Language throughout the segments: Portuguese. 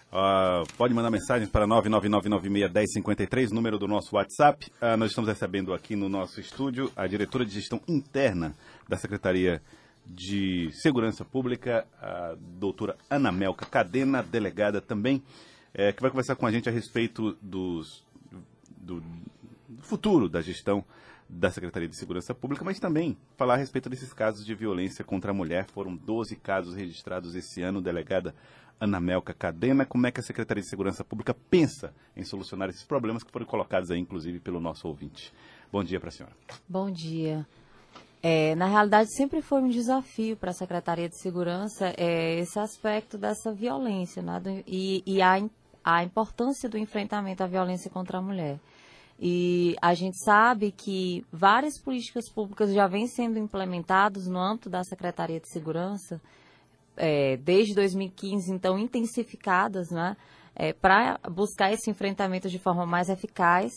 Pode mandar mensagens para 999961053, número do nosso WhatsApp. Nós estamos recebendo aqui no nosso estúdio a diretora de gestão interna da Secretaria de Segurança Pública, a doutora Ana Melka Cadena, delegada também, que vai conversar com a gente a respeito do futuro da gestão da Secretaria de Segurança Pública, mas também falar a respeito desses casos de violência contra a mulher. Foram 12 casos registrados esse ano, delegada Ana Melka Cadena. Como é que a Secretaria de Segurança Pública pensa em solucionar esses problemas que foram colocados aí, inclusive, pelo nosso ouvinte? Bom dia para a senhora. Bom dia. Na realidade, sempre foi um desafio para a Secretaria de Segurança esse aspecto dessa violência, né? E a importância do enfrentamento à violência contra a mulher. E a gente sabe que várias políticas públicas já vêm sendo implementadas no âmbito da Secretaria de Segurança, desde 2015, então intensificadas, né, para buscar esse enfrentamento de forma mais eficaz.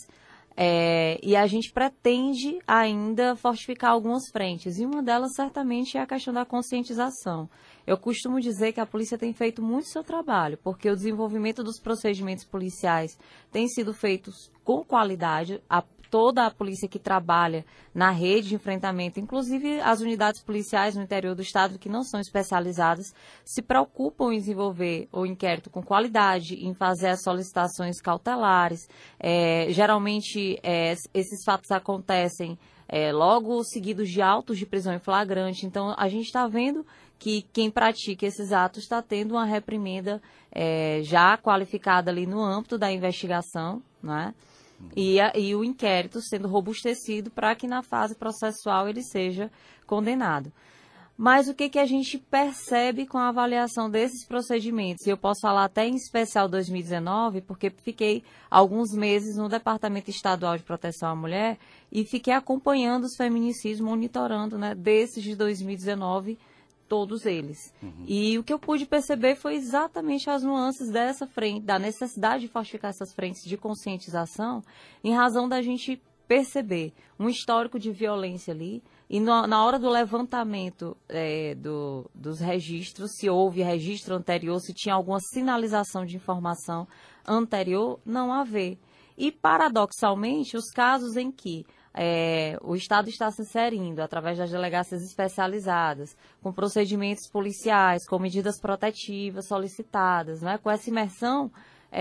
E a gente pretende ainda fortificar algumas frentes, e uma delas certamente é a questão da conscientização. Eu costumo dizer que a polícia tem feito muito seu trabalho, porque o desenvolvimento dos procedimentos policiais tem sido feito com qualidade. Toda a polícia que trabalha na rede de enfrentamento, inclusive as unidades policiais no interior do estado que não são especializadas, se preocupam em desenvolver o inquérito com qualidade, em fazer as solicitações cautelares. Geralmente, esses fatos acontecem logo seguidos de autos de prisão em flagrante. Então, a gente está vendo que quem pratica esses atos está tendo uma reprimenda já qualificada ali no âmbito da investigação, né? E o inquérito sendo robustecido para que na fase processual ele seja condenado. Mas o que a gente percebe com a avaliação desses procedimentos? E eu posso falar até em especial 2019, porque fiquei alguns meses no Departamento Estadual de Proteção à Mulher e fiquei acompanhando os feminicídios, monitorando, né, desses de 2019, todos eles. E o que eu pude perceber foi exatamente as nuances dessa frente, da necessidade de fortificar essas frentes de conscientização, em razão da gente perceber um histórico de violência ali, e na hora do levantamento dos registros, se houve registro anterior, se tinha alguma sinalização de informação anterior, não haver. E, paradoxalmente, os casos em que o Estado está se inserindo através das delegacias especializadas, com procedimentos policiais, com medidas protetivas solicitadas, né? Com essa imersão,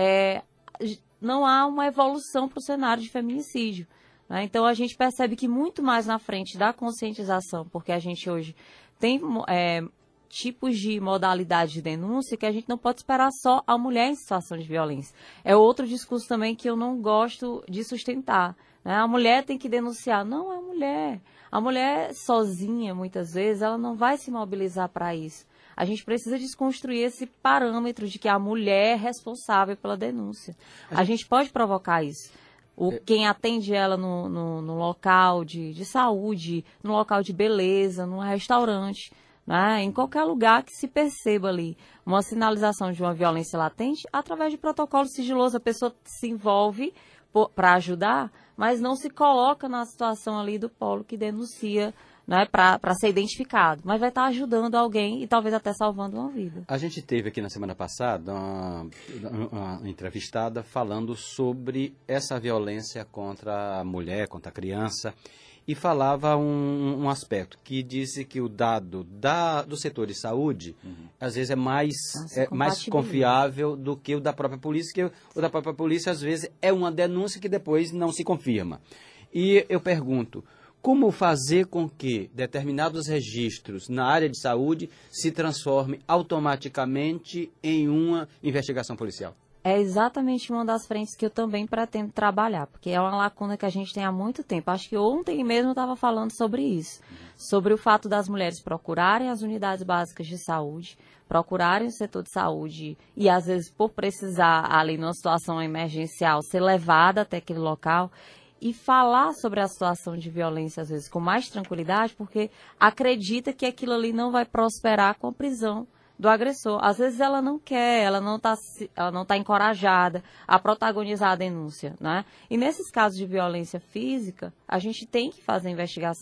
não há uma evolução para o cenário de feminicídio, né? Então, a gente percebe que muito mais na frente da conscientização, porque a gente hoje tem tipos de modalidade de denúncia que a gente não pode esperar só a mulher em situação de violência. É outro discurso também que eu não gosto de sustentar, né? A mulher tem que denunciar. Não, é a mulher. A mulher sozinha, muitas vezes, ela não vai se mobilizar para isso. A gente precisa desconstruir esse parâmetro de que a mulher é responsável pela denúncia. A gente pode provocar isso. Quem atende ela no local de saúde, no local de beleza, num restaurante, né? Em qualquer lugar que se perceba ali uma sinalização de uma violência latente, através de protocolo sigiloso, a pessoa se envolve para ajudar, mas não se coloca na situação ali do polo que denuncia, né, para ser identificado, mas vai estar ajudando alguém e talvez até salvando uma vida. A gente teve aqui na semana passada uma entrevistada falando sobre essa violência contra a mulher, contra a criança, e falava um aspecto que disse que o dado do setor de saúde, às vezes é mais confiável do que o da própria polícia, que o da própria polícia, às vezes, é uma denúncia que depois não se confirma. E eu pergunto, como fazer com que determinados registros na área de saúde se transformem automaticamente em uma investigação policial? É exatamente uma das frentes que eu também pretendo trabalhar, porque é uma lacuna que a gente tem há muito tempo. Acho que ontem mesmo eu estava falando sobre isso, sobre o fato das mulheres procurarem as unidades básicas de saúde, procurarem o setor de saúde e, às vezes, por precisar, ali numa situação emergencial, ser levada até aquele local e falar sobre a situação de violência, às vezes, com mais tranquilidade, porque acredita que aquilo ali não vai prosperar com a prisão do agressor. Às vezes ela não quer, ela não tá encorajada a protagonizar a denúncia, né? E nesses casos de violência física, a gente tem que fazer investigação.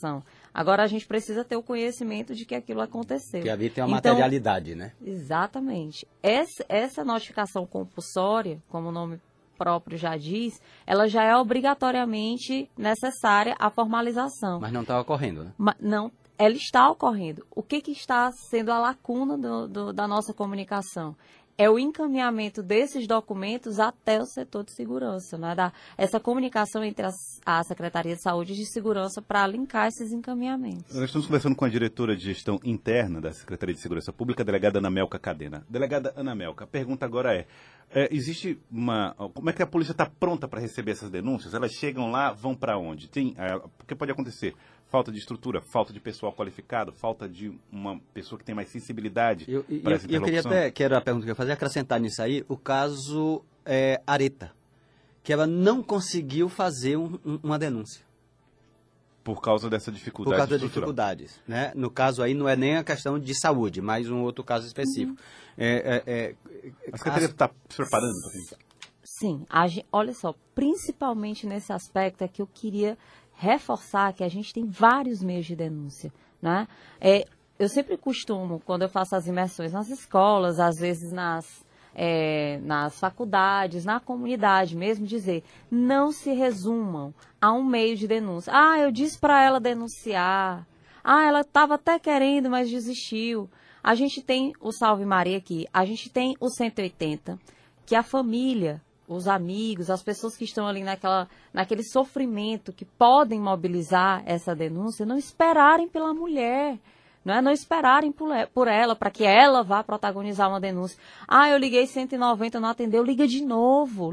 Agora a gente precisa ter o conhecimento de que aquilo aconteceu. Que ali tem uma Então, materialidade, né? exatamente. Essa notificação compulsória, como o nome próprio já diz, ela já é obrigatoriamente necessária à formalização. Mas não está ocorrendo, né? Não, ela está ocorrendo. O que está sendo a lacuna da nossa comunicação? É o encaminhamento desses documentos até o setor de segurança, né? Essa comunicação entre a Secretaria de Saúde e de Segurança para linkar esses encaminhamentos. Nós estamos conversando com a diretora de gestão interna da Secretaria de Segurança Pública, a delegada Ana Melca Cadena. Delegada Ana Melca, a pergunta agora existe como é que a polícia está pronta para receber essas denúncias? Elas chegam lá, vão para onde? Porque pode acontecer falta de estrutura, falta de pessoal qualificado, falta de uma pessoa que tem mais sensibilidade para essa interlocução. Eu queria até, que era a pergunta que eu ia fazer, acrescentar nisso aí, o caso Areta, que ela não conseguiu fazer uma denúncia. Por causa dessa dificuldade. Por causa das dificuldades, né? No caso aí não é nem a questão de saúde, mas um outro caso específico. A Secretaria está se preparando para isso? Sim, olha só, principalmente nesse aspecto é que eu queria reforçar que a gente tem vários meios de denúncia, né? Eu sempre costumo, quando eu faço as imersões nas escolas, às vezes nas faculdades, na comunidade mesmo, dizer, não se resumam a um meio de denúncia. Eu disse para ela denunciar. Ela estava até querendo, mas desistiu. A gente tem o Salve Maria aqui, a gente tem o 180, que a família, os amigos, as pessoas que estão ali naquele sofrimento, que podem mobilizar essa denúncia, não esperarem pela mulher, não esperarem por ela, para que ela vá protagonizar uma denúncia. Eu liguei 190, não atendeu, liga de novo.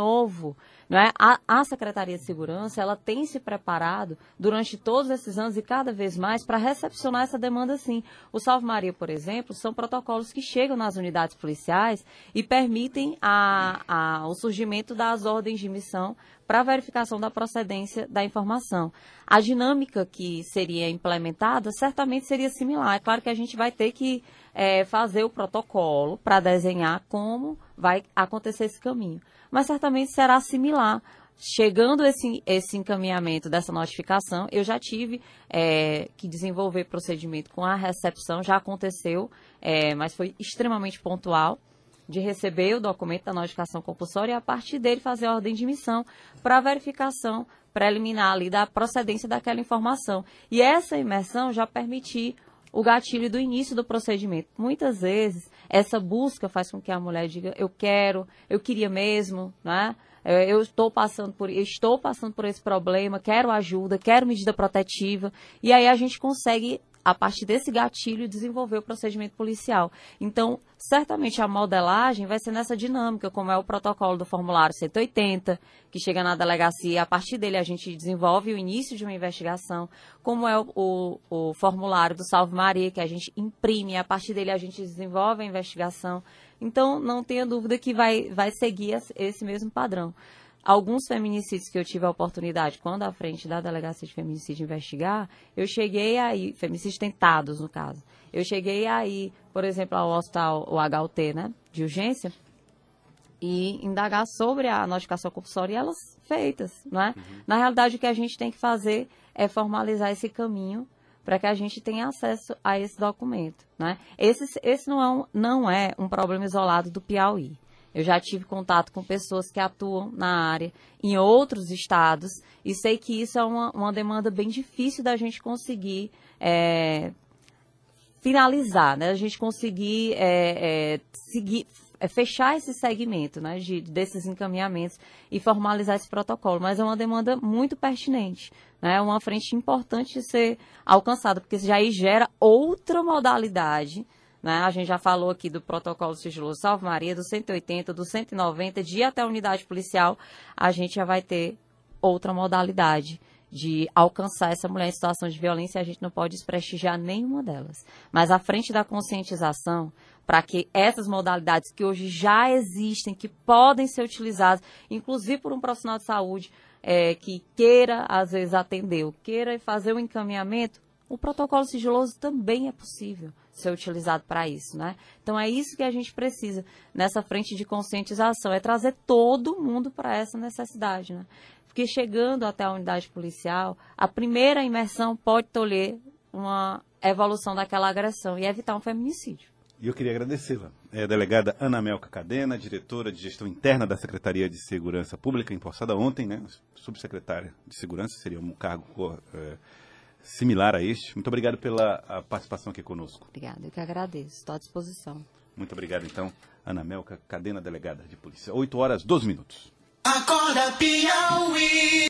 A Secretaria de Segurança, ela tem se preparado durante todos esses anos e cada vez mais para recepcionar essa demanda sim. O Salve Maria, por exemplo, são protocolos que chegam nas unidades policiais e permitem o surgimento das ordens de missão para verificação da procedência da informação. A dinâmica que seria implementada certamente seria similar. É claro que a gente vai ter que fazer o protocolo para desenhar como vai acontecer esse caminho. Mas certamente será similar. Chegando esse encaminhamento dessa notificação, eu já tive que desenvolver procedimento com a recepção, já aconteceu, mas foi extremamente pontual, de receber o documento da notificação compulsória e, a partir dele, fazer a ordem de missão para verificação preliminar ali da procedência daquela informação. E essa imersão já permitiu o gatilho do início do procedimento. Muitas vezes, essa busca faz com que a mulher diga, eu queria mesmo, né? Eu estou passando por esse problema, quero ajuda, quero medida protetiva. E aí a gente consegue, a partir desse gatilho, desenvolver o procedimento policial. Então, certamente a modelagem vai ser nessa dinâmica, como é o protocolo do formulário 180, que chega na delegacia, e a partir dele a gente desenvolve o início de uma investigação, como é o formulário do Salve Maria, que a gente imprime, e a partir dele a gente desenvolve a investigação. Então, não tenha dúvida que vai seguir esse mesmo padrão. Alguns feminicídios que eu tive a oportunidade, quando à frente da Delegacia de Feminicídio investigar, eu cheguei aí, feminicídios tentados no caso, eu cheguei aí, por exemplo, ao hospital, o HUT, né, de urgência, e indagar sobre a notificação compulsória e elas feitas, né? Na realidade, o que a gente tem que fazer é formalizar esse caminho para que a gente tenha acesso a esse documento, né? Esse não é um problema isolado do Piauí. Eu já tive contato com pessoas que atuam na área em outros estados e sei que isso é uma demanda bem difícil da gente conseguir finalizar, né? A gente conseguir fechar esse segmento, né, desses encaminhamentos e formalizar esse protocolo. Mas é uma demanda muito pertinente, né? É uma frente importante de ser alcançada, porque já aí gera outra modalidade, né? A gente já falou aqui do protocolo sigiloso Salve Maria, do 180, do 190, de ir até a unidade policial, a gente já vai ter outra modalidade de alcançar essa mulher em situação de violência, a gente não pode desprestigiar nenhuma delas. Mas à frente da conscientização, para que essas modalidades que hoje já existem, que podem ser utilizadas, inclusive por um profissional de saúde que queira, às vezes, atender, queira fazer o encaminhamento, o protocolo sigiloso também é possível ser utilizado para isso, né? Então, é isso que a gente precisa nessa frente de conscientização, é trazer todo mundo para essa necessidade, né? porque chegando até a unidade policial, a primeira imersão pode tolher uma evolução daquela agressão e evitar um feminicídio. E eu queria agradecê-la. É a delegada Ana Melka Cadena, diretora de gestão interna da Secretaria de Segurança Pública, empossada ontem, né? Subsecretária de Segurança, seria um cargo similar a este. Muito obrigado pela participação aqui conosco. Obrigada, eu que agradeço. Estou à disposição. Muito obrigado, então, Ana Melka Cadena, delegada de polícia. 8 horas, 12 minutos. Acorda, Piauí.